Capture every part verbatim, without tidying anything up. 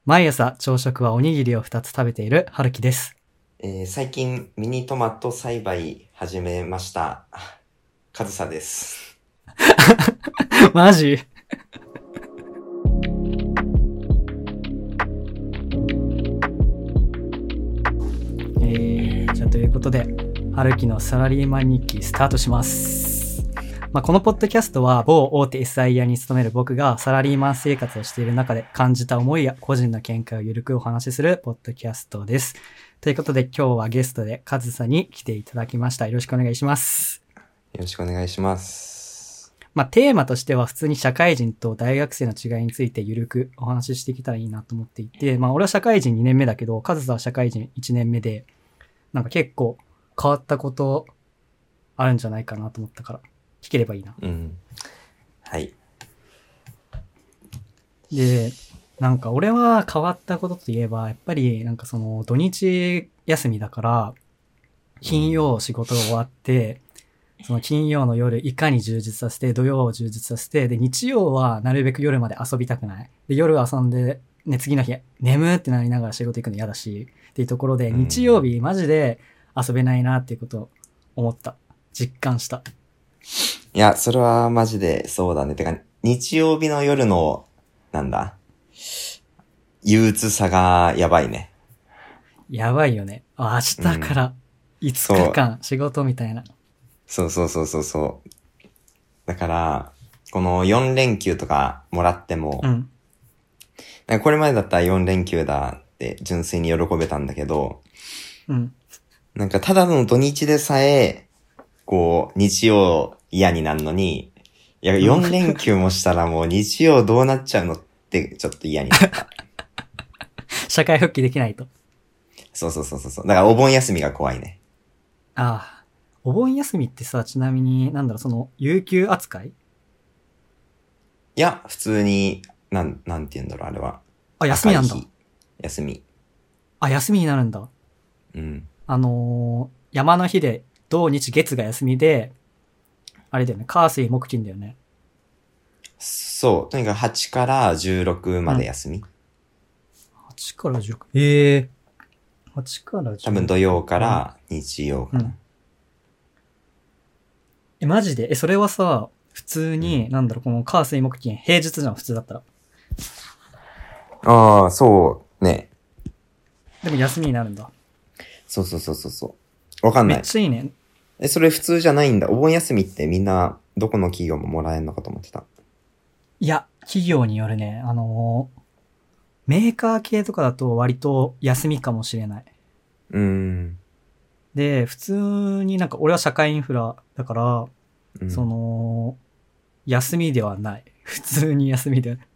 毎朝朝食はおにぎりをふたつ食べている春樹です。 えー、最近ミニトマト栽培始めました。かずさです。 マジえー、じゃあということで、春樹のサラリーマン日記スタートします。まあ、このポッドキャストは某大手 エスアイ 屋に勤める僕がサラリーマン生活をしている中で感じた思いや個人の見解をゆるくお話しするポッドキャストです。ということで今日はゲストでカズさんに来ていただきました。よろしくお願いします。 よろしくお願いします。 まあ、テーマとしては普通に社会人と大学生の違いについてゆるくお話ししていけたらいいなと思っていて、まあ俺は社会人にねんめだけど、カズさんは社会人いちねんめで、なんか結構変わったことあるんじゃないかなと思ったから聞ければいいな。 うん。はい。 で、なんか俺は変わったことといえば、やっぱりなんかその土日休みだから、金曜仕事が終わって、その金曜の夜いかに充実させて、土曜を充実させて、で、日曜はなるべく夜まで遊びたくない。で、夜遊んで、ね、次の日、眠ってなりながら仕事行くの嫌だし、っていうところで、日曜日マジで遊べないなっていうことを思った。実感した。 いや、それはマジでそうだね。てか、日曜日の夜の、なんだ、憂鬱さがやばいね。 やばいよね。明日からいつかかん仕事みたいな。 そうそうそうそうそう。だから、このよん連休とかもらっても、 うん、 なんかこれまでだったらよん連休だって純粋に喜べたんだけど、 うん、 なんかただの土日でさえ、こう、日曜嫌になるのに、いや、よん連休もしたらもう日曜どうなっちゃうのってちょっと嫌になった。 社会復帰できないと。 そうそうそうそう。だからお盆休みが怖いね。 ああ。お盆休みってさ、ちなみに、なんだろう、その、有給扱い？ いや、普通に、なん、なんて言うんだろう、あれは。 あ、休みなんだ。 休み。 あ、休みになるんだ。 うん。 あのー、山の日で、土日月が休みで、あれだよね、火水木金だよね。 そう。とにかくはちからじゅうろくまで休み。うん、 はちからじゅうろく。ええー。はちからじゅうろく。 多分土曜から日曜かな。うん、 え、マジで？え、それはさ、普通に、うん、なんだろう、この火水木金、平日じゃん、普通だったら。 ああ、そうね。 でも休みになるんだ。 そうそうそうそうそう。わかんない。 めっちゃいいね。 え、それ普通じゃないんだ。お盆休みってみんな、どこの企業ももらえんのかと思ってた。 いや、企業によるね。あのー、メーカー系とかだと割と休みかもしれない。 うーん。 で、普通になんか俺は社会インフラだから、うん、その、休みではない。普通に休みではない。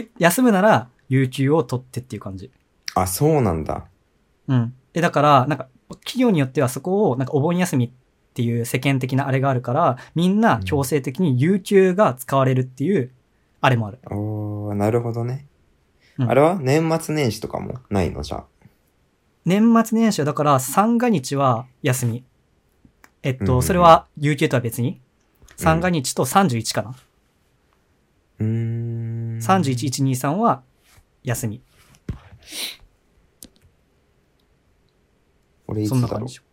休むなら有給を取ってっていう感じ。 あ、そうなんだ。 うん。え、だから、なんか、企業によってはそこを、なんかお盆休みっていう世間的なあれがあるから、みんな強制的に有給が使われるっていう、あれもある。 うん、おー、なるほどね。うん、あれは年末年始とかもないのじゃあ。 年末年始はだから三が日は休み。えっと、うん、それは有給とは別に三が日とさんじゅういちかな。 うーん。 さんじゅういち、いち、に、さんは休み。 俺いつだろう。そんな感じ。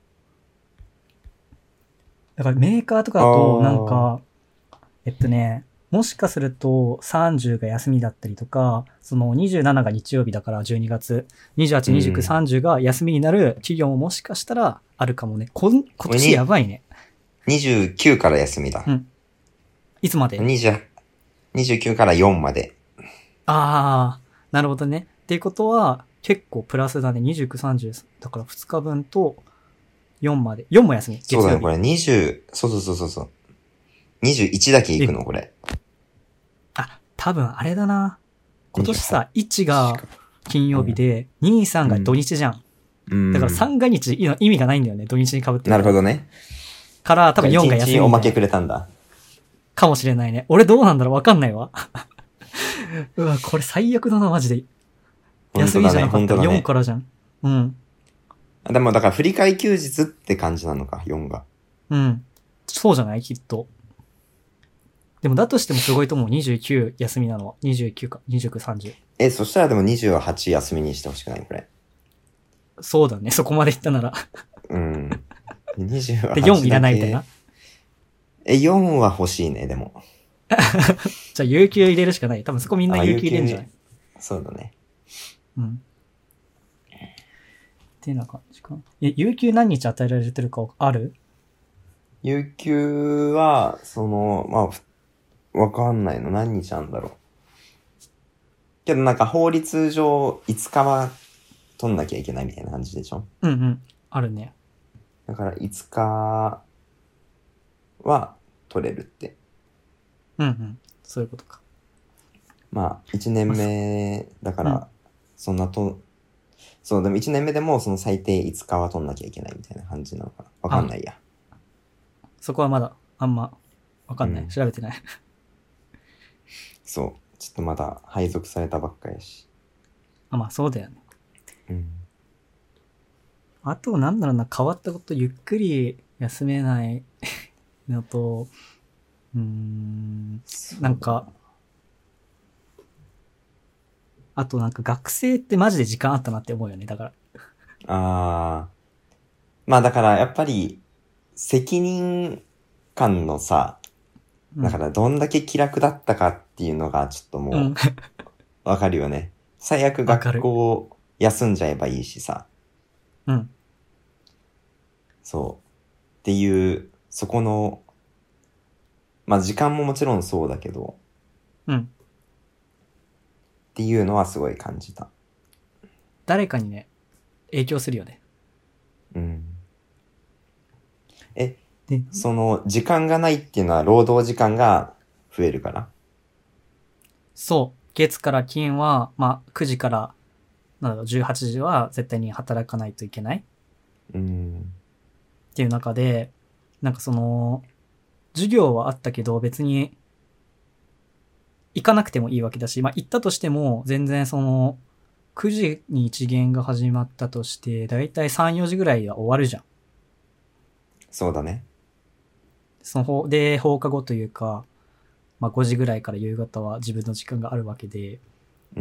だからメーカーとかだとなんかえっとね。もしかするとさんじゅうが休みだったりとか、そのにじゅうしちが日曜日だからじゅうにがつ、にじゅうはち、にじゅうく、さんじゅうが休みになる企業ももしかしたらあるかもね。こん今年やばいね。 にじゅうくから休みだ。 うん。いつまで？ にじゅう、にじゅうくからよんまで。 あー、なるほどね。っていうことは結構プラスだね。にじゅうく、さんじゅう。だからふつかぶんとよんまで。よんも休み。 そうだね、これにじゅう、そうそうそうそうそう。にじゅういちだけ行くのこれ。 あ、多分あれだな。今年さ、いちが金曜日で、うん、に、さんが土日じゃん。うん、だからさんが日意味がないんだよね。土日に被ってる。 なるほどね。 から多分よんが休み。いちにちおまけくれたんだ。 かもしれないね。俺どうなんだろうわかんないわ。うわ、これ最悪だな、マジで。休みじゃなかったらよんからじゃん。ね、うん。 でもだから振り替え休日って感じなのか、よんが。 うん。そうじゃないきっと。でもだとしてもすごいと思う。にじゅうく休みなのは。にじゅうくか。にじゅうく、さんじゅう。 え、そしたらでもにじゅうはち休みにしてほしくないこれ。 そうだね。そこまで言ったなら。 うん。にじゅうはちで、 だけ。 よんいらないみたいな。 え、よんは欲しいね、でも。 じゃあ、有給入れるしかない。多分そこみんな有給入れるんじゃない？ そうだね。 うん。っていうような感じかな。え、有給何日与えられてるかある？ 有給は、その、まあ、わかんないの。何日あんだろう。けどなんか法律上いつかは取んなきゃいけないみたいな感じでしょ？ うんうん。あるね。 だからいつかは取れるって。 うんうん。そういうことか。 まあ、いちねんめだから、 うんそんなと、そう、でもいちねんめでもその最低いつかは取んなきゃいけないみたいな感じなのかな。わかんないや。 そこはまだ、あんま、わかんない。 うん調べてない。 そう。ちょっとまだ配属されたばっかやし。 あ、まあそうだよね。 うん。 あと、なんだろうな、変わったこと、ゆっくり休めないのと、うーん、なんか、あとなんか学生ってマジで時間あったなって思うよね。だから。 あー。まあだからやっぱり責任感のさ、 うん、 だからどんだけ気楽だったかっていうのがちょっともうん。 うわかるよね。最悪学わかる。 校休んじゃえばいいしさ。 うん。 そう。っていう、そこの、まあ時間ももちろんそうだけど、 うん。 っていうのはすごい感じた。 誰かにね、影響するよね。 うん。え、 で、 その時間がないっていうのは労働時間が増えるから？ そう。月から金は、まあ、くじから、なんだろう、じゅうはちじは絶対に働かないといけないっうん。 ていう中で、なんかその、授業はあったけど別に行かなくてもいいわけだし、まあ行ったとしても全然その、くじに一限が始まったとして、だいたいさん、よじぐらいは終わるじゃん。 そうだね。 その、で、放課後というか、まあごじぐらいから夕方は自分の時間があるわけで、 うん。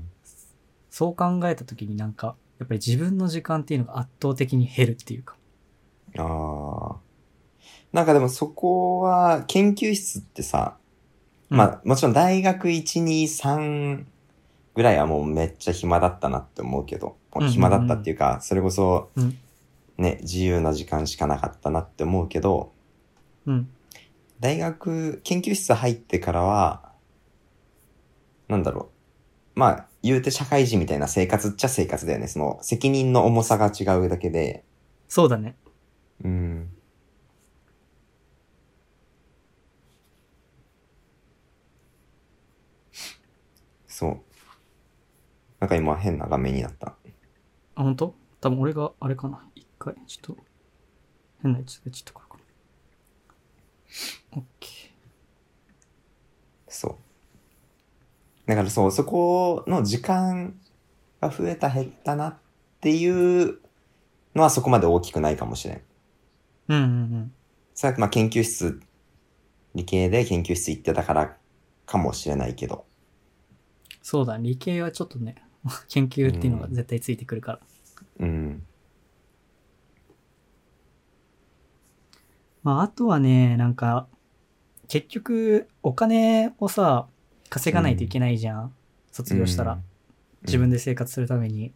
そう考えた時になんか、やっぱり自分の時間っていうのが圧倒的に減るっていうか。 ああ。なんかでもそこは研究室ってさ、 うん、 まあもちろん大学いち、に、さんぐらいはもうめっちゃ暇だったなって思うけど、 うんうんうん暇だったっていうか、それこそうん、 ね、自由な時間しかなかったなって思うけど、 うん。 大学、研究室入ってからは、なんだろう。まあ、言うて社会人みたいな生活っちゃ生活だよね。その責任の重さが違うだけで。 そうだね。 うん。そう。なんか今変な画面になった。 あ、本当？多分俺があれかな。一回、ちょっと、変なやつがちょっとこれかな。オッケー。 そう。だからそう、そこの時間が増えた減ったなっていうのはそこまで大きくないかもしれん。 うんうんうん。 それはまあ研究室、理系で研究室行ってたからかもしれないけど。 そうだね。理系はちょっとね、研究っていうのが絶対ついてくるから。 うん。 まあ、あとはね、なんか、結局、お金をさ、稼がないといけないじゃん。卒業したら。自分で生活するために。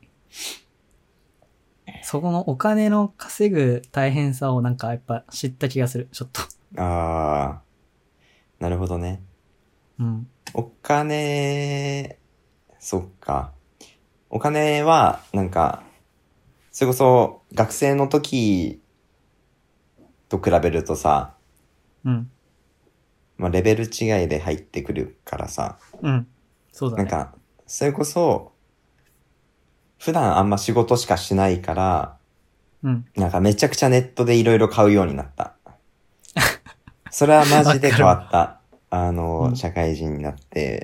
そこのお金の稼ぐ大変さをなんかやっぱ知った気がする。ちょっと。 ああ、なるほどね。 うん。 お金、そっか。お金は、なんか、それこそ学生の時と比べるとさ、 うん。 まあ、レベル違いで入ってくるからさ、 うん。そうだね。 なんか、それこそ、普段あんま仕事しかしないから、 うん。 なんかめちゃくちゃネットでいろいろ買うようになった。それはマジで変わった。あの、 うん、 社会人になって、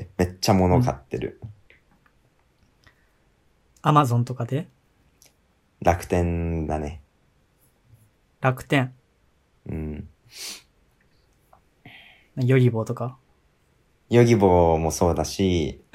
めっちゃ物買ってる。 アマゾンとかで楽天だね。 楽天。 うん。 ヨギボーとか。 ヨギボーもそうだし、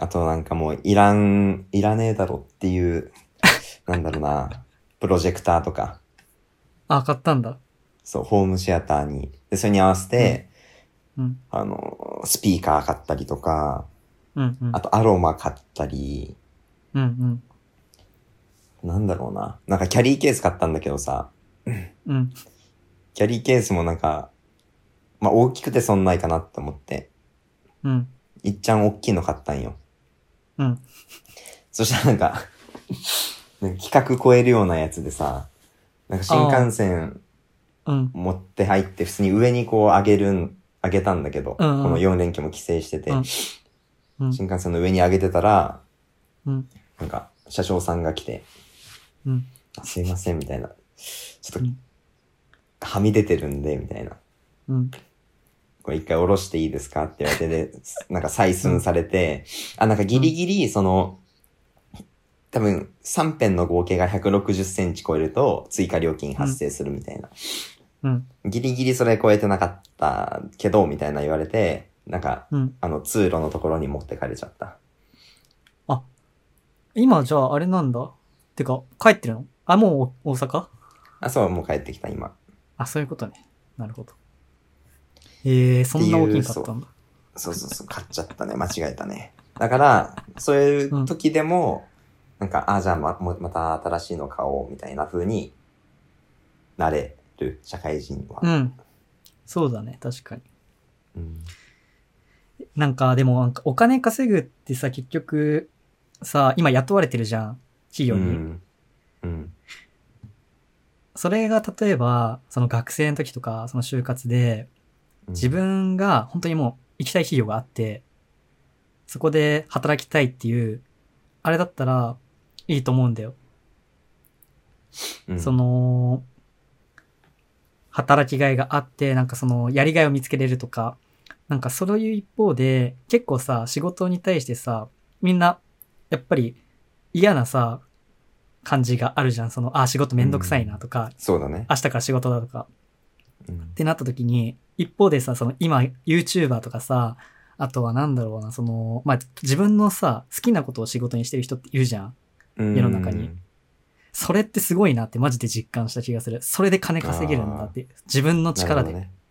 あとなんかもういらん、いらねえだろっていう、なんだろうな、プロジェクターとか、 あ、買ったんだ。 そう、ホームシアターに、で、それに合わせて、 うん。 あの、スピーカー買ったりとか、 うんうん。 あとアロマ買ったり、 うんうん。 なんだろうな。なんかキャリーケース買ったんだけどさ、 うん。 キャリーケースもなんか、まあ大きくてそんないかなって思って、 うん。 いっちゃん大きいの買ったんよ。 うん。 そしたらなんか、なんか規格超えるようなやつでさ、なんか新幹線うん。 持って入って普通に上にこう上げるん、上げたんだけど、 うんうんこのよん連休も規制してて、 うんうん新幹線の上に上げてたら、 うんなんか車掌さんが来て、 うんあすいませんみたいな。ちょっうんと、はみ出てるんで、みたいな。 うんこれ一回下ろしていいですかって言われて、で、なんか採寸されて、あ、なんかギリギリ、その、多分さん辺の合計がひゃくろくじゅっセンチ超えると追加料金発生するみたいな。 うんギリギリそれ超えてなかったけど、みたいな言われて、なんか、 うんあの通路のところに持ってかれちゃった。 あ、今じゃああれなんだ。てか、帰ってるの？あ、もう大阪？ あ、そう、もう帰ってきた今。 あ、そういうことね。なるほど。えー、そんな大きいかったんだ。 そうそうそう、買っちゃったね。間違えたね。だから、そういう時でも、うん、なんか、あ、じゃあま、また新しいの買おうみたいな風になれる、社会人は。 うん。そうだね、確かに。 うん、 なんか、でもなんかお金稼ぐってさ、結局、さ、今雇われてるじゃん。企業に。うん。 うん、 それが例えば、その学生の時とか、その就活で、自分が本当にもう行きたい企業があって、そこで働きたいっていう、あれだったらいいと思うんだよ。うん、その、働きがいがあって、なんかその、やりがいを見つけれるとか、なんかそういう一方で、結構さ、仕事に対してさ、みんな、やっぱり嫌なさ、感じがあるじゃん。その、あ、仕事めんどくさいなとか、うん、 そうだね。 明日から仕事だとか、 うん、 ってなった時に、一方でさ、その今 YouTuber とかさ、あとはなんだろうな、その、まあ、自分のさ、好きなことを仕事にしてる人っているじゃん。世の中に。それってすごいなってマジで実感した気がする。それで金稼げるんだって。自分の力で。 なるほどね。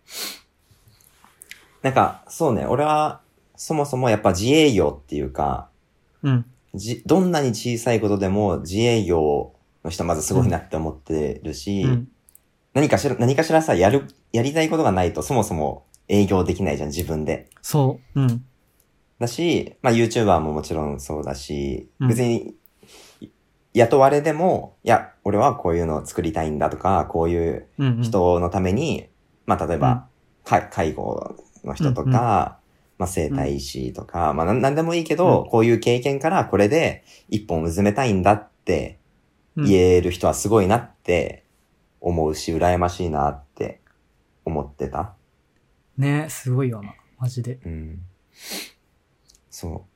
なんか、そうね、俺は、そもそもやっぱ自営業っていうか、 うん。 じ、どんなに小さいことでも自営業の人まずすごいなって思ってるし、うん、何かしら、何かしらさ、やる、やりたいことがないとそもそも営業できないじゃん、自分で。 そう。うん。 だし、まあ YouTuber ももちろんそうだし、うん、別に、雇われでも、いや、俺はこういうのを作りたいんだとか、こういう人のために、うんうん、まあ例えば、うん、介護の人とか、うんうん、まあ整体師とか、うん、まあなんでもいいけど、うん、こういう経験からこれで一本うずめたいんだって言える人はすごいなって思うし、羨ましいなって思ってた。 ね、すごいよな、マジで。 うん。そう。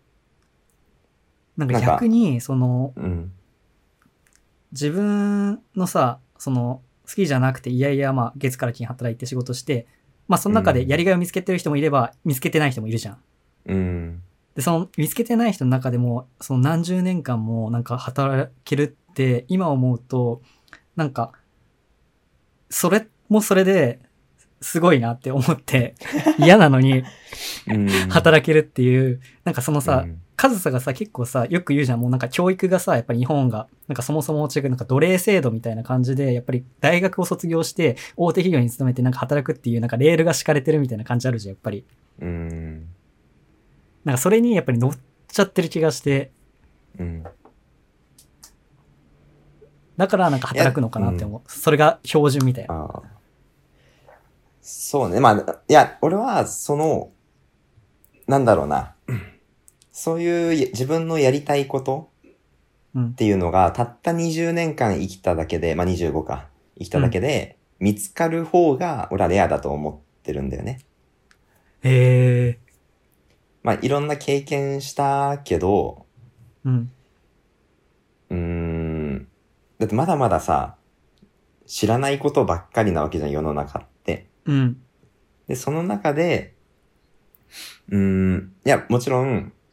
なんか逆に、その、 うん、 自分のさ、その、好きじゃなくて、いやいや、まあ、月から金働いて仕事して、まあ、その中でやりがいを見つけてる人もいれば、見つけてない人もいるじゃん。 うん。 で、その、見つけてない人の中でも、その何十年間もなんか働けるって、今思うと、なんか、それもそれで、すごいなって思って、嫌なのに、働けるっていう、なんかそのさ、うん数さがさ、結構さ、よく言うじゃん。もうなんか教育がさ、やっぱり日本が、なんかそもそも違う、なんか奴隷制度みたいな感じで、やっぱり大学を卒業して、大手企業に勤めてなんか働くっていう、なんかレールが敷かれてるみたいな感じあるじゃん、やっぱり。 うん。 なんかそれにやっぱり乗っちゃってる気がして。 うん。 だからなんか働くのかなって思う。うん、それが標準みたいな。 ああ。そうね。まあ、いや、俺は、その、なんだろうな。そういう自分のやりたいことっていうのが、たったにじゅうねんかん生きただけで、まあにじゅうごか、生きただけで、見つかる方が、俺はレアだと思ってるんだよね。 へー。 まあいろんな経験したけど、 うん。 うーん。だってまだまださ、知らないことばっかりなわけじゃん、世の中って。 うん。 で、その中で、うーん、いや、もちろん、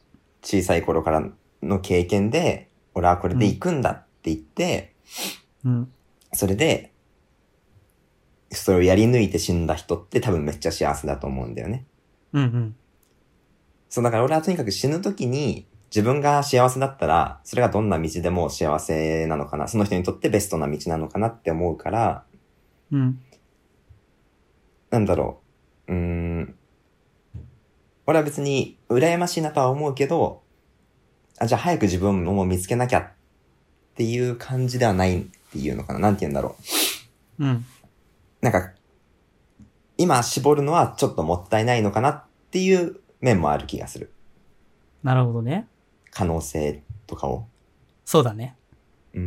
小さい頃からの経験で、俺はこれで行くんだって言って、 うん。 それで、それをやり抜いて死んだ人って多分めっちゃ幸せだと思うんだよね。 うんうん。 そう、だから俺はとにかく死ぬ時に、自分が幸せだったら、それがどんな道でも幸せなのかな、その人にとってベストな道なのかなって思うから、 うん。 なんだろう、うーん、俺は別に羨ましいなとは思うけど、あ、じゃあ早く自分も見つけなきゃっていう感じではないっていうのかな、なんて言うんだろう。うん。 なんか、今絞るのはちょっともったいないのかなっていう面もある気がする。 なるほどね。 可能性とかを。 そうだね。 うん。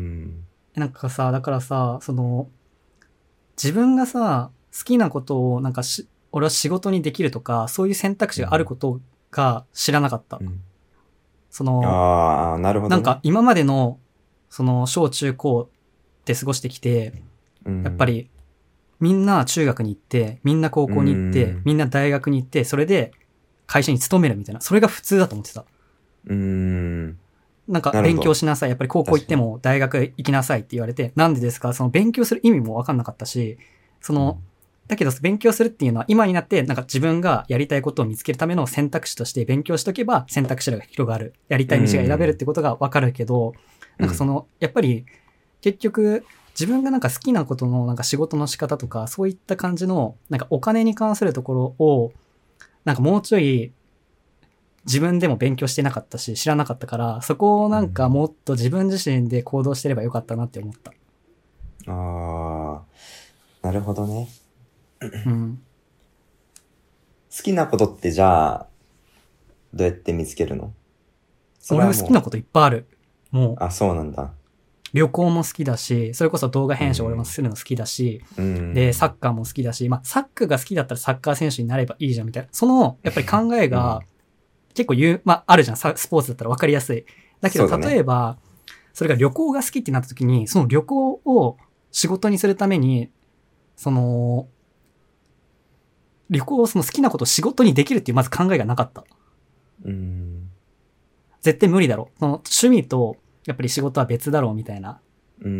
なんかさ、だからさ、その、自分がさ、好きなことをなんかし、俺は仕事にできるとか、そういう選択肢があることが知らなかった。 うん、 その、 ああ、なるほど、ね。 なんか今までの、その、小中高って過ごしてきて、 うん、 やっぱり、みんな中学に行って、みんな高校に行って、 うん、 みんな大学に行って、それで会社に勤めるみたいな、それが普通だと思ってた。 うーん。 なんか勉強しなさい。やっぱり高校行っても大学行きなさいって言われて、なんでですか？その勉強する意味もわかんなかったし、その、だけど勉強するっていうのは今になってなんか自分がやりたいことを見つけるための選択肢として勉強しとけば選択肢が広がる。やりたい道が選べるってことがわかるけど、なんかその、やっぱり結局自分がなんか好きなことのなんか仕事の仕方とかそういった感じのなんかお金に関するところをなんかもうちょい自分でも勉強してなかったし知らなかったから、そこをなんかもっと自分自身で行動してればよかったなって思った。 ああ、なるほどね。 うん。 好きなことってじゃあ、どうやって見つけるの？ 俺は好きなこといっぱいある。もう。 あ、そうなんだ。 旅行も好きだし、それこそ動画編集俺もするの好きだし、 うん、 で、サッカーも好きだし、まあ、サッカーが好きだったらサッカー選手になればいいじゃんみたいな。その、やっぱり考えが、結構言う、まあ、あるじゃん。スポーツだったら分かりやすい。だけど、例えば、それが旅行が好きってなった時に、その旅行を仕事にするために、その、旅行をその好きなことを仕事にできるっていうまず考えがなかった。 うん、 絶対無理だろう。その趣味と、やっぱり仕事は別だろうみたいな。 うん、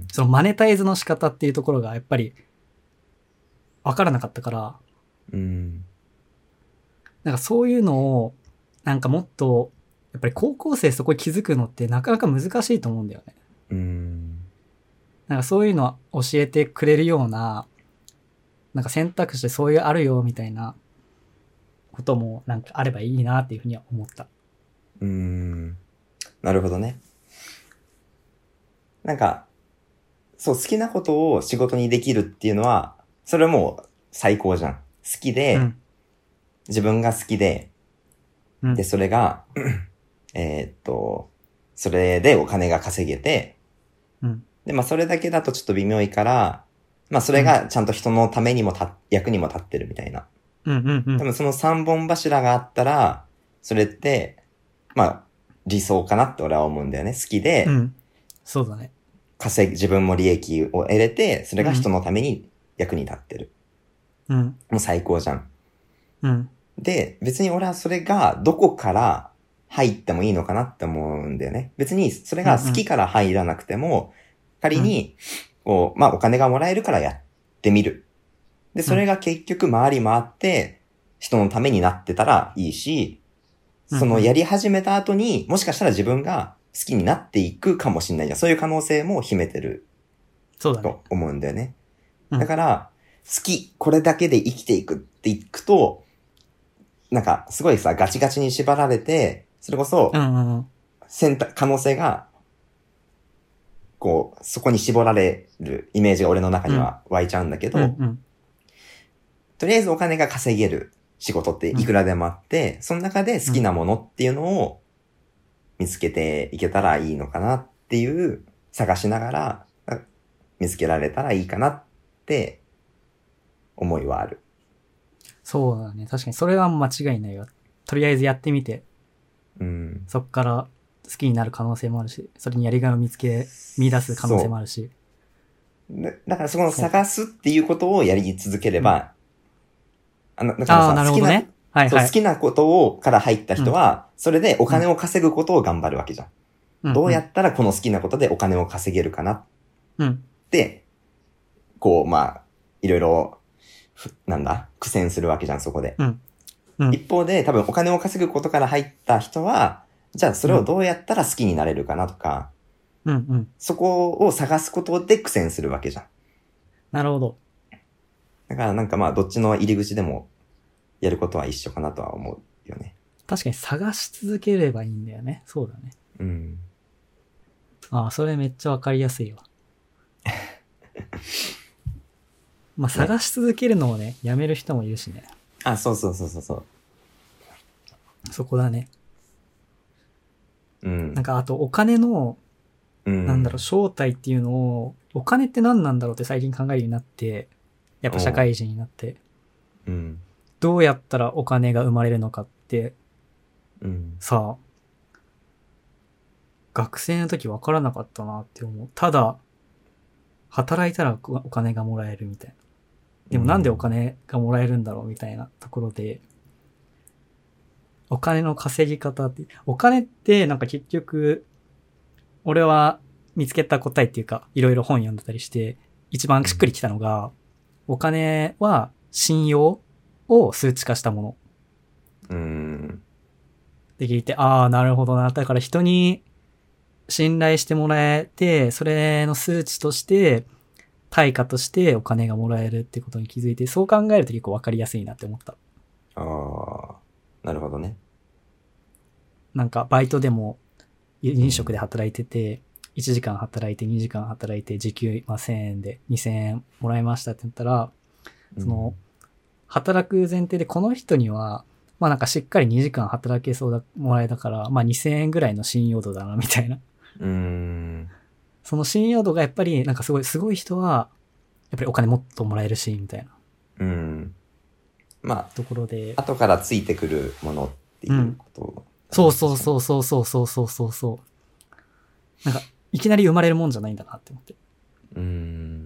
そのマネタイズの仕方っていうところがやっぱり分からなかったから、 うん、 なんかそういうのを、なんかもっと、やっぱり高校生そこに気づくのってなかなか難しいと思うんだよね。 うん、 なんかそういうのを教えてくれるような、なんか選択肢でそういうあるよみたいなこともなんかあればいいなっていうふうには思った。 うん、なるほどね。なんか、そう、好きなことを仕事にできるっていうのは、それはもう最高じゃん。好きで、うん、自分が好きで、うん、で、それが、えー、っと、それでお金が稼げて、うん、で、まあそれだけだとちょっと微妙いから、まあそれがちゃんと人のためにもた、役にも立ってるみたいな。 うんうんうん。 多分その三本柱があったら、それって、まあ理想かなって俺は思うんだよね。好きで、うん、 そうだね。 稼ぎ、自分も利益を得れて、それが人のために役に立ってる。うん。もう最高じゃん。うん。で、別に俺はそれがどこから入ってもいいのかなって思うんだよね。別にそれが好きから入らなくても、仮に、こう、まあお金がもらえるからやってみる。で、それが結局回り回って人のためになってたらいいし、そのやり始めた後にもしかしたら自分が好きになっていくかもしれないじゃん。そういう可能性も秘めてる。 そうだね。 と思うんだよね。だから、好き、これだけで生きていくっていくと、なんか、すごいさ、ガチガチに縛られて、それこそ、選択、可能性が、こう、そこに絞られるイメージが俺の中には湧いちゃうんだけど、うんうん、とりあえずお金が稼げる仕事っていくらでもあって、うん、その中で好きなものっていうのを見つけていけたらいいのかなっていう、探しながら見つけられたらいいかなって思いはある。 そうだね。確かにそれは間違いないよ。とりあえずやってみて、うん、そっから好きになる可能性もあるし、それにやりがいを見つけ、見出す可能性もあるし。 だ, だからそこの探すっていうことをやり続ければ、うん、あの、だからさ、 なるほどね。 はいはい。 そう好きなことをから入った人は、それでお金を稼ぐことを頑張るわけじゃん。 うん、 どうやったらこの好きなことでお金を稼げるかなっうん。 て、こう、まあ、いろいろ、ふなんだ、苦戦するわけじゃん、そこで。 うん。うん。 一方で、多分お金を稼ぐことから入った人は、じゃあそれをどうやったら好きになれるかなとか、 うん。うん。 そこを探すことで苦戦するわけじゃん。 なるほど。 だからなんかまあ、どっちの入り口でもやることは一緒かなとは思うよね。 確かに探し続ければいいんだよね。そうだね。 うん。 ああ、それめっちゃわかりやすいわ。まあ、探し続けるのをね、やめる人もいるしね。 あ、そうそうそうそうそう。 そこだね。 うん。 なんか、あとお金の、 うん、 なんだろう、正体っていうのを、お金って何なんだろうって最近考えるようになって、やっぱ社会人になって、 うん。 どうやったらお金が生まれるのかって、 うん。 さあ、学生の時分からなかったなって思う。ただ、働いたらお金がもらえるみたいな。でもなんでお金がもらえるんだろうみたいなところで、お金の稼ぎ方って、お金ってなんか結局、俺は見つけた答えっていうか、いろいろ本読んでたりして、一番しっくりきたのが、お金は信用を数値化したもの。 うん。 で聞いて、ああ、なるほどな。だから人に信頼してもらえて、それの数値として、対価としてお金がもらえるってことに気づいて、そう考えると結構わかりやすいなって思った。 ああ、なるほどね。 なんかバイトでも飲食で働いてて、いちじかん働いてにじかん働いて時給せんえんでにせんえんもらいましたって言ったら、その、働く前提でこの人には、まあなんかしっかりにじかん働けそうだ、もらえたから、まあにせんえんぐらいの信用度だな、みたいな。 うん。 その信用度がやっぱりなんかすごい、すごい人は、やっぱりお金もっともらえるし、みたいな。 うん。まあ、 ところで。 後からついてくるものっていうこと、 うん。そうそうそうそうそうそうそうそうそう。なんか、いきなり生まれるもんじゃないんだなって思って。 うん。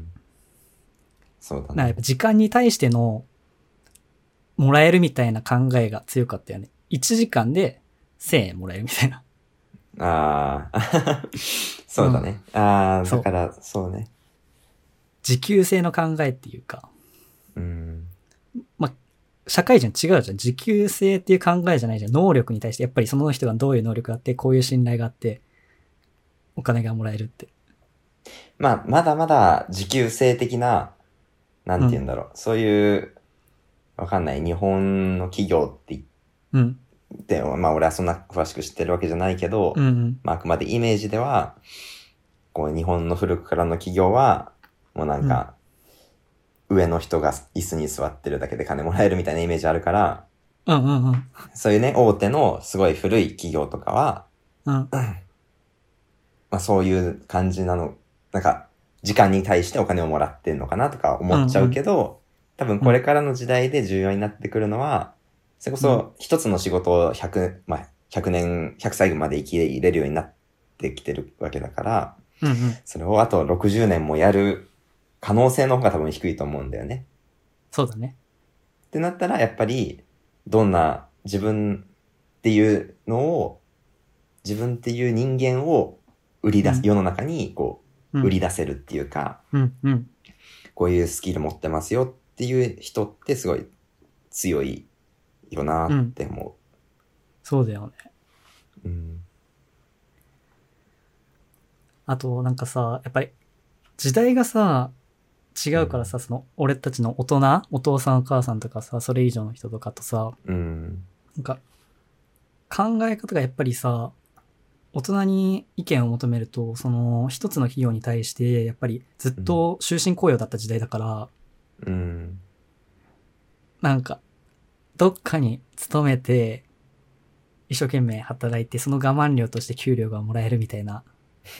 そうだね。 なんかやっぱ時間に対しての、もらえるみたいな考えが強かったよね。いちじかんでせんえんもらえるみたいな。 ああ、そうだね。うん、ああ、だから、そうね。 時給制の考えっていうか。 うん。 まあ、社会人違うじゃん。時給制っていう考えじゃないじゃん。能力に対してやっぱりその人がどういう能力があって、こういう信頼があって、お金がもらえるって。 まあ、まだまだ時給制的な、なんて言うんだろう。うん、そういう、わかんない。日本の企業って言って、うん、まあ俺はそんな詳しく知ってるわけじゃないけど、 うんうん、 まああくまでイメージでは、こう日本の古くからの企業は、もうなんか、上の人が椅子に座ってるだけで金もらえるみたいなイメージあるから、 うんうんうん、 そういうね、大手のすごい古い企業とかは、 うん、 まあそういう感じなの、なんか、時間に対してお金をもらってんのかなとか思っちゃうけど、うんうん、多分これからの時代で重要になってくるのは、それこそ一つの仕事をひゃく、まあ、ひゃくねん、ひゃくさいまで生きれるようになってきてるわけだから、 うんうん、 それをあとろくじゅうねんもやる可能性の方が多分低いと思うんだよね。 そうだね。 ってなったら、やっぱり、どんな自分っていうのを、自分っていう人間を売り出す、うん、世の中にこう、売り出せるっていうか、 うんうん、 こういうスキル持ってますよっていう人ってすごい強いよなって思う、うん。 そうだよね。 うん。 あと、なんかさ、やっぱり、時代がさ、違うからさ、うん、その、俺たちの大人、お父さんお母さんとかさ、それ以上の人とかとさ、 うん、 なんか、考え方がやっぱりさ、大人に意見を求めると、その、一つの企業に対して、やっぱりずっと終身雇用だった時代だから、 うん、 なんか、どっかに勤めて、一生懸命働いて、その我慢料として給料がもらえるみたいな、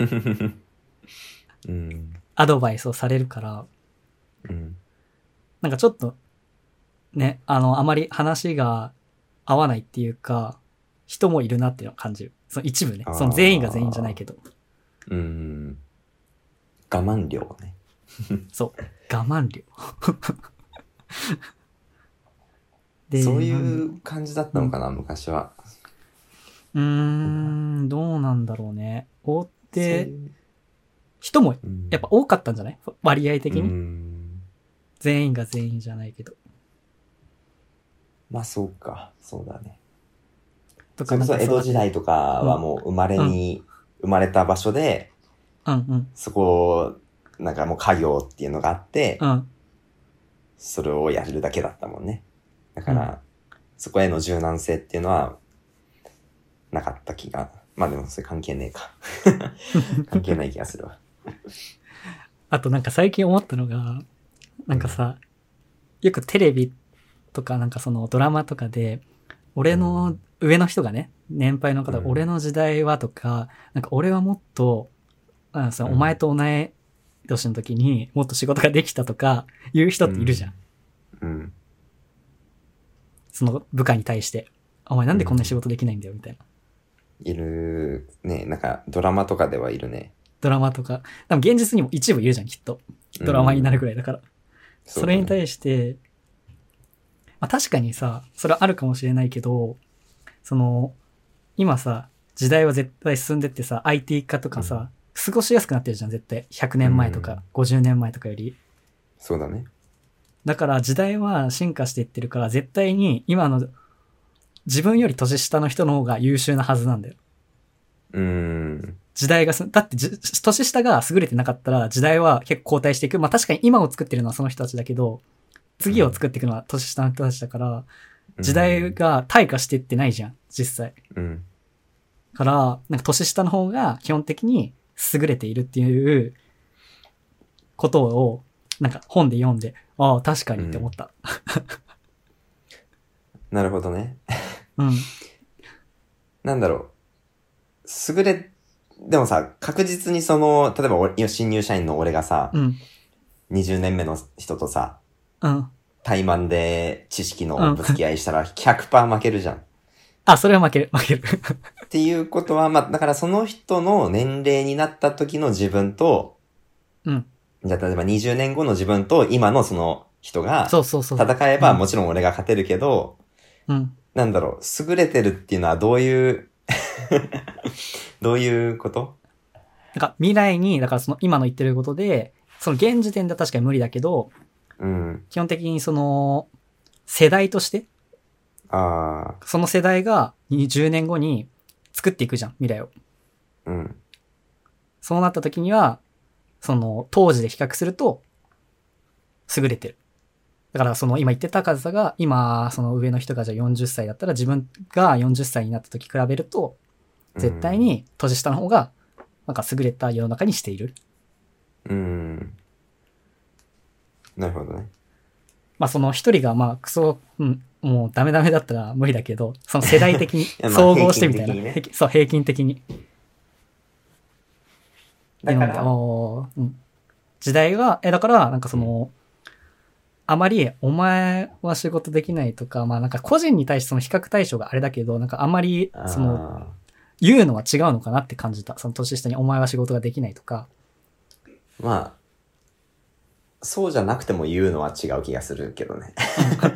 うん、 アドバイスをされるから、 うん、 なんかちょっと、ね、あの、あまり話が合わないっていうか、人もいるなっていうのを感じる。その一部ね。その全員が全員じゃないけど。 うん。我慢量ね。 そう。我慢量。 で、 そういなんだろう感じだったのかな、昔は。 う。うーん、どうなんだろうね。追っそうて、 いう。 人もうん。 やっぱ多かったんじゃない？割合う的に。 ん。 全員が全員じゃないけど。 まあそうか。そうだね。 とそれこそ江かなんかさ、あと、 戸時代とかはもう生まれうん、 に、生まれた場所で、 うん、うん、 そこ、なんかもう家業っていうのがあって、 うん、 それをやるだけだったもんね。だかうん。 ら、そこへの柔軟性っていうのは、なかった気が。まあでもそれ関係ねえか。関係ない気がするわ。 あとなんか最近思ったのが、なんかさ、よくテレビとかなんかそのドラマとかで、俺の上の人がね、年配の方が、 うん俺の時代はとか、なんか俺はもっと、あのさ、 うんお前と同い年の時にもっと仕事ができたとか言う人っているじゃん。 うん。うん。 その部下に対して。お前なんでこんな仕事できないんだよみたいな。 いる、ね、なんかドラマとかではいるね。 ドラマとか。多分現実にも一部いるじゃん、きっと。ドラマになるくらいだから。 そそれに対して、まあ、確かにさ、それはあるかもしれないけど、その、今さ、時代は絶対進んでってさ、アイティー 化とかさ、過ごしやすくなってるじゃん、絶対。ひゃくねんまえとか、 うんごじゅうねんまえとかより。 そうだね。 だから時代は進化していってるから、絶対に今の自分より年下の人の方が優秀なはずなんだよ。 うーん。 時代がす、だってじ年下が優れてなかったら時代は結構後退していく。まあ確かに今を作ってるのはその人たちだけど、次を作っていくのは年下の人たちだから、時代が退化していってないじゃん、実際。 うん。 から、なんか年下の方が基本的に優れているっていうことを、なんか本で読んで、ああ、確かにって思った。 なるほどね。 うん。 なんだろう。優れ、でもさ、確実にその、例えば俺新入社員の俺がさ、 うん。 にじゅうねんめの人とさ、 うん。 対マンで知識のぶつけ合いしたらひゃくパーセント負けるじゃん。 あ、それは負ける、負ける。 っていうことは、まあ、だからその人の年齢になった時の自分と、 うん。 じゃあ例えばにじゅうねんごの自分と今のその人がそうそうそう。 戦えばうんもちろん俺が勝てるけど、 うん。 なんだろう、優れてるっていうのはどういうどういうこと？ なんか未来に、だからその今の言ってることで、その現時点では確かに無理だけど、 うん。 基本的にその、世代として、 ああ、 その世代がにじゅうねんごに作っていくじゃん、未来を。 うん。 そうなった時には、その、当時で比較すると、優れてる。だからその今言ってた数が、今、その上の人がじゃあよんじゅっさいだったら自分がよんじゅっさいになった時比べると、絶対に年下の方が、なんか優れた世の中にしている。 うん。うん。なるほどね。 まあその一人がまあクソ、うん、もうダメダメだったら無理だけど、その世代的にやまあ総合してみたいな。 平均的にね平均そう、平均的に。 だから、 おーうん、時代が、え、だから、なんかその、あまり、お前は仕事できないとか、まあなんか個人に対してその比較対象があれだけど、なんかあんまり、その、 あ言うのは違うのかなって感じた。その年下にお前は仕事ができないとか。 ーまあ、そうじゃなくても言うのは違う気がするけどね。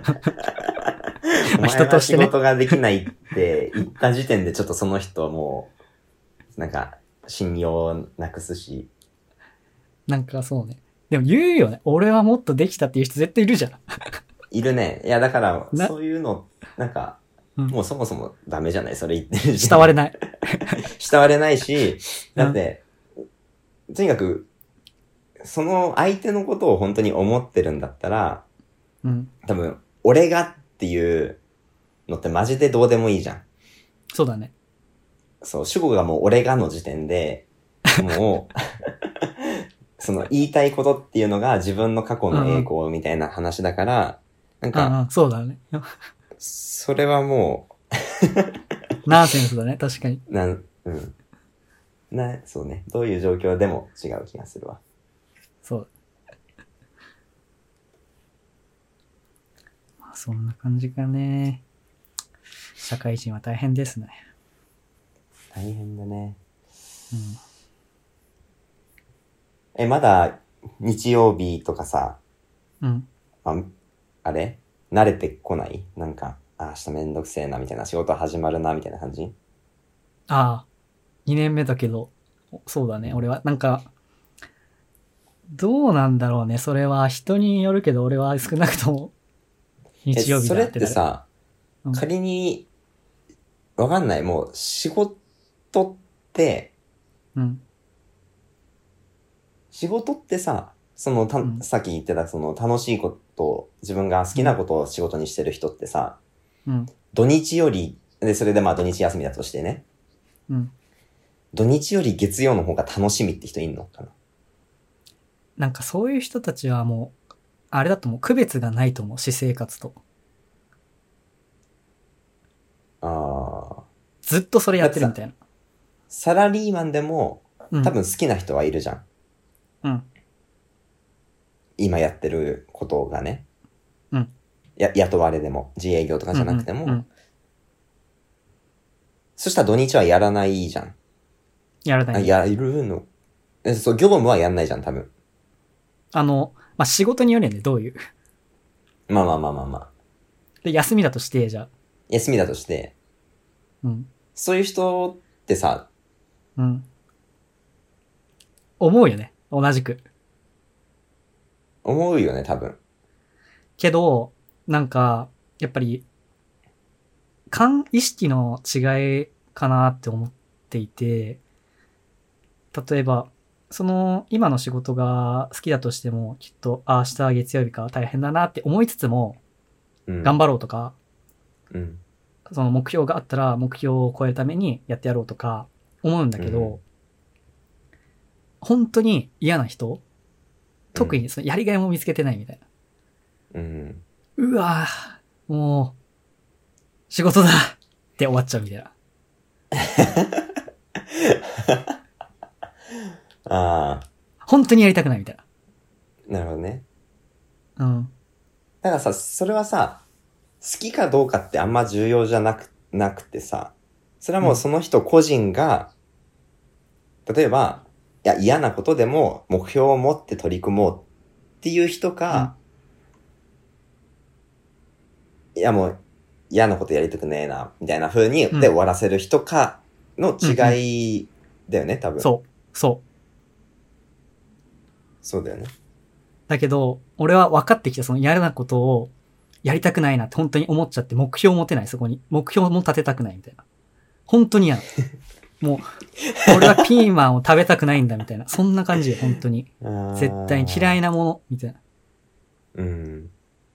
おまあ前は仕人としてね。 事ができないって言った時点でちょっとその人はもう、なんか、信用をなくすし。 なんかそうね。でも言うよね。俺はもっとできたっていう人絶対いるじゃん。 いるね。いや、だから、 なそういうの、なんか、 うんもうそもそもダメじゃないそれ言ってるし。 慕われない。 慕われないし、だって、とにかく、その相手のことを本当に思ってるんだったら、 うん。 多分、俺がっていうのってマジでどうでもいいじゃん。 そうだね。 そう、主語がもう俺がの時点で、もう、その言いたいことっていうのが自分の過去の栄光みたいな話だから、なんうんか、 うん、そうだね。 それはもナンセンスだね、確かに。 う、なん、うん。な、そうね。どういう状況でも違う気がするわ。 そう。まあ、そんな感じかね。社会人は大変ですね。 大変だね。 うん。 え、まだ日曜日とかさ、 うん。 あ、あれ慣れてこないなんか、あ、明日めんどくせえな、みたいな、仕事始まるな、みたいな感じ？ ああ、にねんめだけど、そうだね。俺は、なんか、どうなんだろうね。それは人によるけど、俺は少なくとも日曜日え、それっだってなる。 てさ、 うん、 仮に、わかんない。もう、仕事って、 うん、 仕事ってさ、そのた、 うん、 さっき言ってた、その楽しいことを、自分が好きなことを仕事にしてる人ってさ、 うん、 土日より、で、それでまあ土日休みだとしてね、 うん。 土日より月曜の方が楽しみって人いんのかな？ なんかそういう人たちはもう、あれだともう区別がないと思う。私生活と。 ああ。 ずっとそれやってるみたいな。 サラリーマンでも、 うん、 多分好きな人はいるじゃん。 うん、 今やってることがね。 うん。 や、雇われでも、自営業とかじゃなくても。 うんうんうん、 そしたら土日はやらないじゃん。あ、 やらないね。 やるの。え、そう、業務はやんないじゃん、多分。 あの、まあ、仕事によるよね、どういう。 まあまあまあまあまあ。 で、休みだとして、じゃあ。 休みだとして、 うん。 そういう人ってさ、 うん。思うよね。同じく。 思うよね、多分。 けど、なんか、やっぱり、感意識の違いかなって思っていて、例えば、その、今の仕事が好きだとしても、きっと、あ、明日は月曜日か大変だなって思いつつも、 うん。 頑張ろうとか、 うん。 その目標があったら目標を超えるためにやってやろうとか思うんだけど、 うん、 本当に嫌な人、特にそのやりがいも見つけてないみたいな。 うん。 うわぁ、もう、仕事だって終わっちゃうみたいな。 ああ、 本当にやりたくないみたいなるほどね。 な。うん。 だからさ、それはさ、好きかどうかってあんま重要じゃなく、なくてさ、それはもうその人個人が、うん、例えば、いや、嫌なことでも目標を持って取り組もうっていう人か、うん、いやもう嫌なことやりたくねえな、みたいな風に、で終わらせる人かの違いだよね、多分。 そう、そう。 そうだよね。 だけど、俺は分かってきたその嫌なことをやりたくないなって本当に思っちゃって目標を持てない、そこに。目標も立てたくないみたいな。本当に嫌な。もう、俺はピーマンを食べたくないんだみたいな。そんな感じよ、本当に。絶対に嫌いなもの、みたいな。 うん。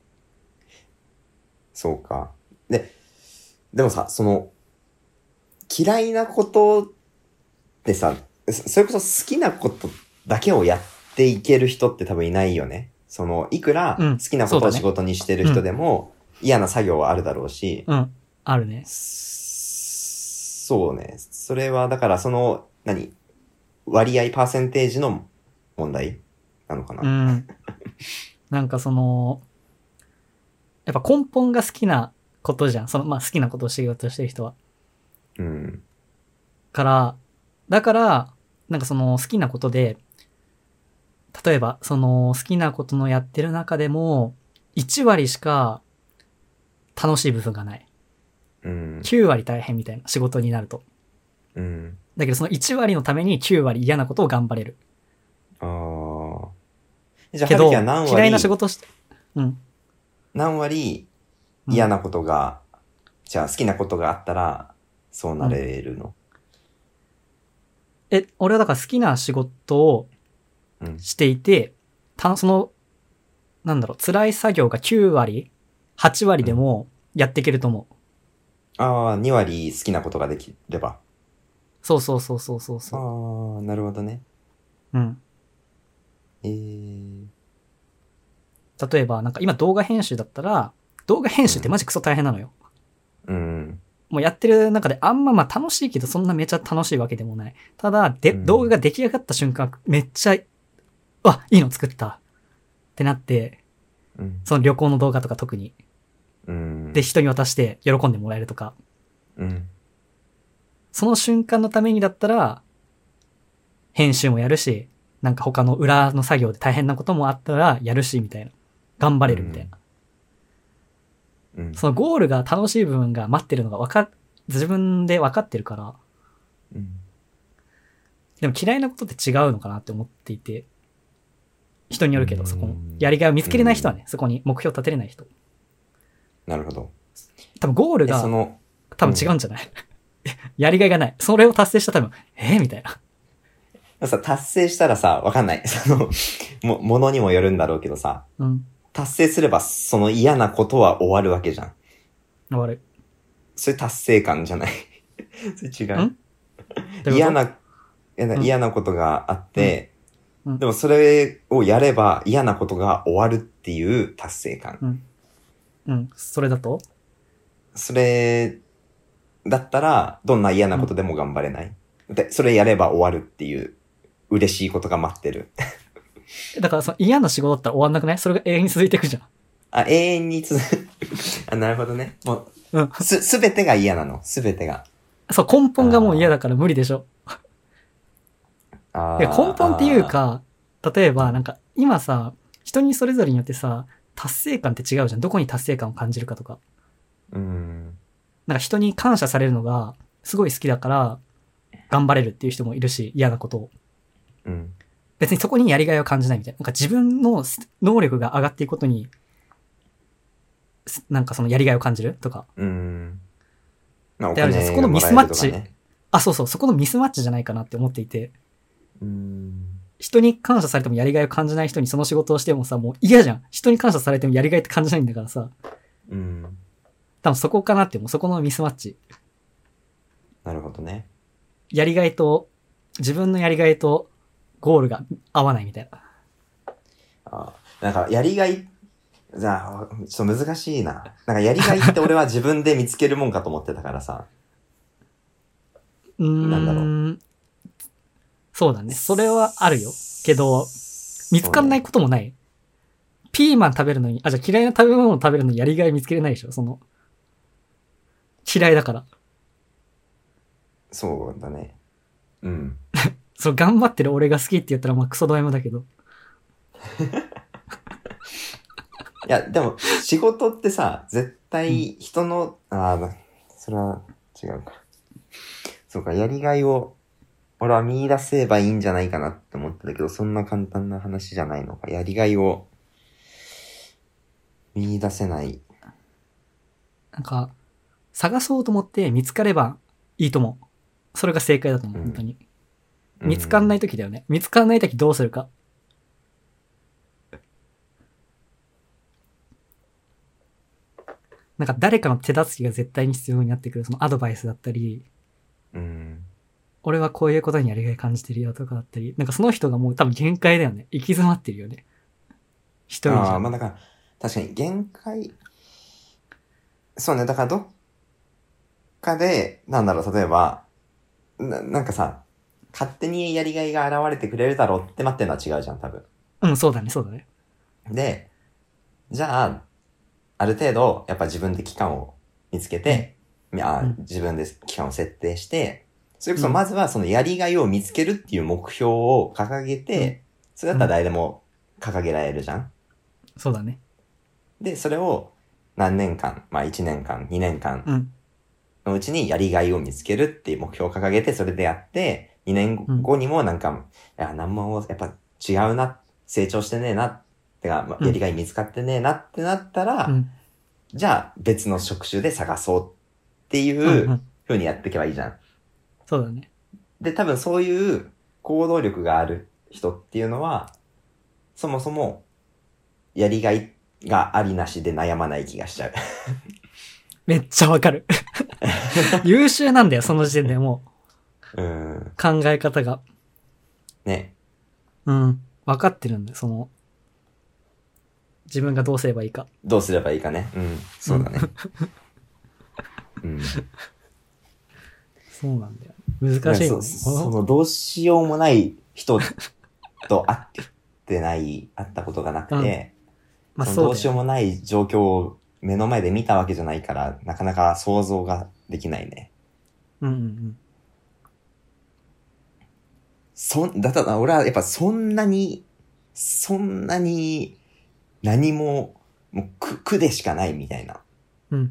そうか。で、でもさ、その、嫌いなことってさ、それこそ好きなことだけをやっていける人って多分いないよね。その、いくら好きなことを仕事にしてる人でも、うん、嫌な作業はあるだろうし。 うん、あるね。 そうね。それは、だからその、何割合、パーセンテージの問題なのかな。 うん。なんかその、やっぱ根本が好きなことじゃん。その、まあ好きなことを仕事してる人は。 うん。 から、だから、なんかその好きなことで、例えばその好きなことのやってる中でも、いち割しか楽しい部分がない。 うん、 きゅう割大変みたいな仕事になると。 うん、 だけどそのいち割のためにきゅう割嫌なことを頑張れる。 ああ。じゃあ、 けど、 はるきは何割嫌いな仕事して、うん。 何割嫌なことが、うん、じゃあ好きなことがあったら、そうなれるの、 うん、え、俺はだから好きな仕事をしていて、うん、たその、なんだろう、辛い作業がきゅう割、はち割でもやっていけると思う。 うん、ああ、に割好きなことができれば。 そうそうそうそうそうそう。 ああ、なるほどね。 うん。 えー、 例えば、なんか今動画編集だったら、動画編集ってマジクソ大変なのよ。 うん。 もうやってる中であんままあ楽しいけどそんなめちゃ楽しいわけでもない。ただ、で、うん、動画が出来上がった瞬間、めっちゃ、あ、いいの作ったってなって、うん、その旅行の動画とか特に。うん、で、人に渡して喜んでもらえるとか。うん、その瞬間のためにだったら、編集もやるし、なんか他の裏の作業で大変なこともあったらやるし、みたいな。頑張れるみたいな。 うん。 そのゴールが楽しい部分が待ってるのがわか、自分で分かってるから、 うん。 でも嫌いなことって違うのかなって思っていて、人によるけど、そこの、やりがいを見つけれない人はね、そこに目標立てれない人。 なるほど。 多分ゴールが、 その、 多分違うんじゃない、うん、やりがいがない。それを達成したら多分、えー、みたいな。 さ、達成したらさ、わかんない。その、も、ものにもよるんだろうけどさ、 うん。 達成すれば、その嫌なことは終わるわけじゃん。 終わる。 それ達成感じゃないそれ違う。 ん嫌な、嫌なことがあって、 うんうん、 でもそれをやれば嫌なことが終わるっていう達成感。 うん。うん。それだとそれだったら、どんな嫌なことでも頑張れない。うん、で、それやれば終わるっていう嬉しいことが待ってる。 だからその嫌な仕事だったら終わんなくない？それが永遠に続いていくじゃん。 あ、永遠に続く。あ、なるほどね。もう、うん、す、すべてが嫌なの。すべてが。 そう、根本がもう嫌だから無理でしょ。 あ根本っていうか、例えばなんか今さ、人にそれぞれによってさ、達成感って違うじゃん。どこに達成感を感じるかとか。 うん。 なんか人に感謝されるのがすごい好きだから頑張れるっていう人もいるし、嫌なことを。 うん。 別にそこにやりがいを感じないみたいな。なんか自分の能力が上がっていくことに、なんかそのやりがいを感じるとか。 うん。まあ、 であるじゃん。そこのミスマッチ。あ、そうそう。そこのミスマッチじゃないかなって思っていて。 うん。 人に感謝されてもやりがいを感じない人にその仕事をしてもさ、もう嫌じゃん。人に感謝されてもやりがいって感じないんだからさ。 うん。 多分そこかなって、もうそこのミスマッチ。 なるほどね。 やりがいと、自分のやりがいとゴールが合わないみたいな。 あ、なんかやりがい、じゃあ、ちょっと難しいな。なんかやりがいって俺は自分で見つけるもんかと思ってたからさ。 うーん。なんだろう。そうだね。それはあるよ。けど、見つかんないこともない。ね、ピーマン食べるのに、あ、じゃあ嫌いな食べ物を食べるのにやりがい見つけれないでしょ、その。嫌いだから。 そうだね。うん。 そう、頑張ってる俺が好きって言ったらまあクソド M だけど。 いや、でも、仕事ってさ、絶対人の、うん、ああ、それは違うか。そうか、やりがいを、俺は見出せばいいんじゃないかなって思ってたけど、そんな簡単な話じゃないのか。やりがいを、見出せない。 なんか、探そうと思って見つかればいいと思う。それが正解だと思う、うん、本当に。見つかんない時だよね。見つかんない時どうするか。なんか誰かの手助けが絶対に必要になってくる、そのアドバイスだったり、 うん、 俺はこういうことにやりがい感じてるよとかだったり、なんかその人がもう多分限界だよね。行き詰まってるよね。一人じゃ。 ああ、まあだから、確かに限界、そうね、だからどっかで、なんだろう、例えば、な、なんかさ、勝手にやりがいが現れてくれるだろうって待ってるのは違うじゃん、多分。 うん、そうだね、そうだね。 で、じゃあ、ある程度、やっぱ自分で期間を見つけて、うん、あ、自分で期間を設定して、それこそまずはそのやりがいを見つけるっていう目標を掲げて、うん、それだったら誰でも掲げられるじゃん。 そうだね。 で、それを何年間、まあいちねんかん、にねんかんのうちにやりがいを見つけるっていう目標を掲げて、それでやって、にねんごにもなんか、うん、いや、何もやっぱ違うな、成長してねえな、ってか、まあ、やりがい見つかってねえなってなったら、うん、じゃあ別の職種で探そうっていう風にやっていけばいいじゃん。うんうん、 そうだね。 で、多分そういう行動力がある人っていうのは、そもそもやりがいがありなしで悩まない気がしちゃう。 めっちゃわかる。優秀なんだよ、その時点でもう。うん。 考え方が。 ね。 うん。わかってるんだよ、その、自分がどうすればいいか。 どうすればいいかね。うん。そうだね。うん。 そうなんだよ。難しいよね。 そ, そのどうしようもない人と会ってない、会ったことがなくて、うん、まあ、そのどうしようもない状況を目の前で見たわけじゃないから、なかなか想像ができないね。 うんうんうん。 そん、だったら俺はやっぱそんなに、そんなに何も、もう苦、苦でしかないみたいな。 うん。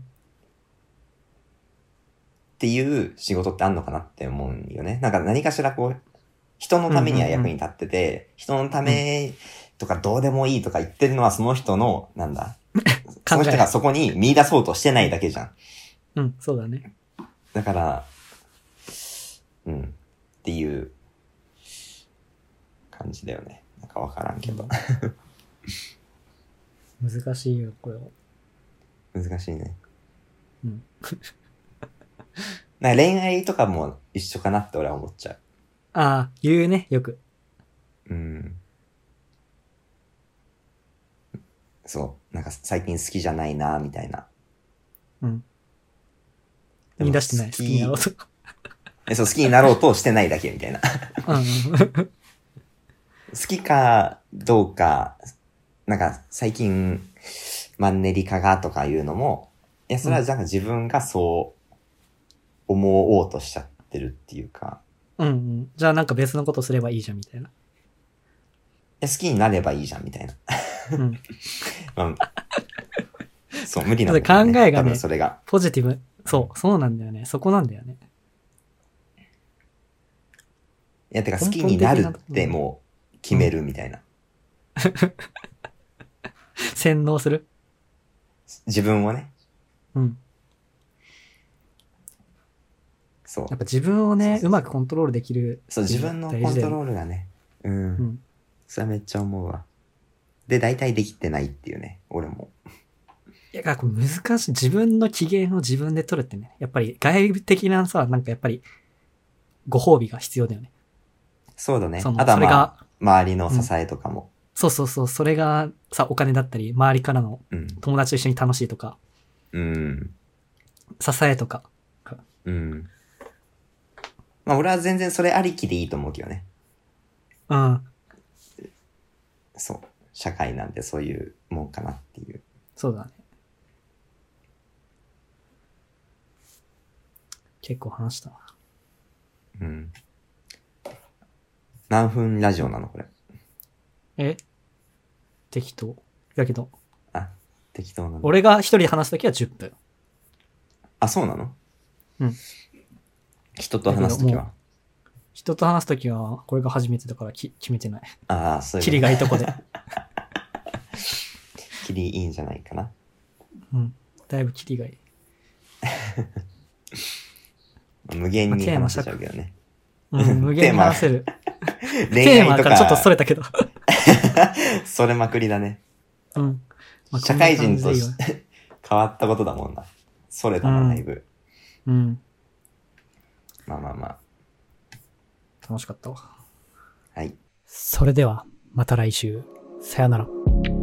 っていう仕事ってあんのかなって思うんよね。なんか何かしらこう、人のためには役に立ってて、うんうんうん、人のためとかどうでもいいとか言ってるのはその人の、なんだその人がそこに見出そうとしてないだけじゃん。 うん、そうだね。 だから、うん、っていう感じだよね。なんかわからんけど。 難しいよ、これは。 難しいね。 うん。 なんか恋愛とかも一緒かなって俺は思っちゃう。 ああ、言うね、よく。 うん。そう。なんか最近好きじゃないな、みたいな。 うん。言い出してない。好きになろうと。 え、そう、好きになろうとしてないだけみたいな。 うんうん、 好きかどうか、なんか最近マンネリ化がとかいうのも、いや、それはなんか自分がそう思おうとしちゃってるっていうか。 うんうん。じゃあなんか別のことすればいいじゃんみたいな。 好きになればいいじゃんみたいな。うん。うん、そう、無理なんだよね。 考えがね、 それがポジティブ。そう、そうなんだよね。そこなんだよね。 いや、てか好きになるってもう決めるみたいな。うん、 洗脳する？ 自分をね。 うん。 そう。 やっぱ自分をね、そうそうそう、うまくコントロールできる。 そう、自分のコントロールがね。うん。うん、それはめっちゃ思うわ。で、大体できてないっていうね、俺も。 いや、これ難しい。自分の機嫌を自分で取るってね。やっぱり外部的なさ、なんかやっぱり、ご褒美が必要だよね。 そうだね。あとはまあ、周りの支えとかも、うん。 そうそうそう。それがさ、お金だったり、周りからの友達と一緒に楽しいとか。 うん。 支えとか。 うん。まあ俺は全然それありきでいいと思うけどね。 うん。 そう。社会なんてそういうもんかなっていう。 そうだね。結構話したわ。 うん。何分ラジオなのこれ。 え適当。だけど。 あ、適当なの。 俺が一人で話すときはじゅっぷん。 あ、そうなの？ うん。 人と話すときは人と話すときは、これが初めてだからき決めてない。 ああ、そういう。 キリがいいとこで。 キリいいんじゃないかな。 うん。だいぶキリがいい。 無限に話せちゃうけどね。 うん、無限に話せる。テーマからちょっとそれたけど。 それまくりだね。 うん。 まあ、社会人として変わったことだもんな。それだな、だいぶ。 うん。うん。 まあまあまあ。 楽しかったわ。 はい。 それでは、また来週。さよなら。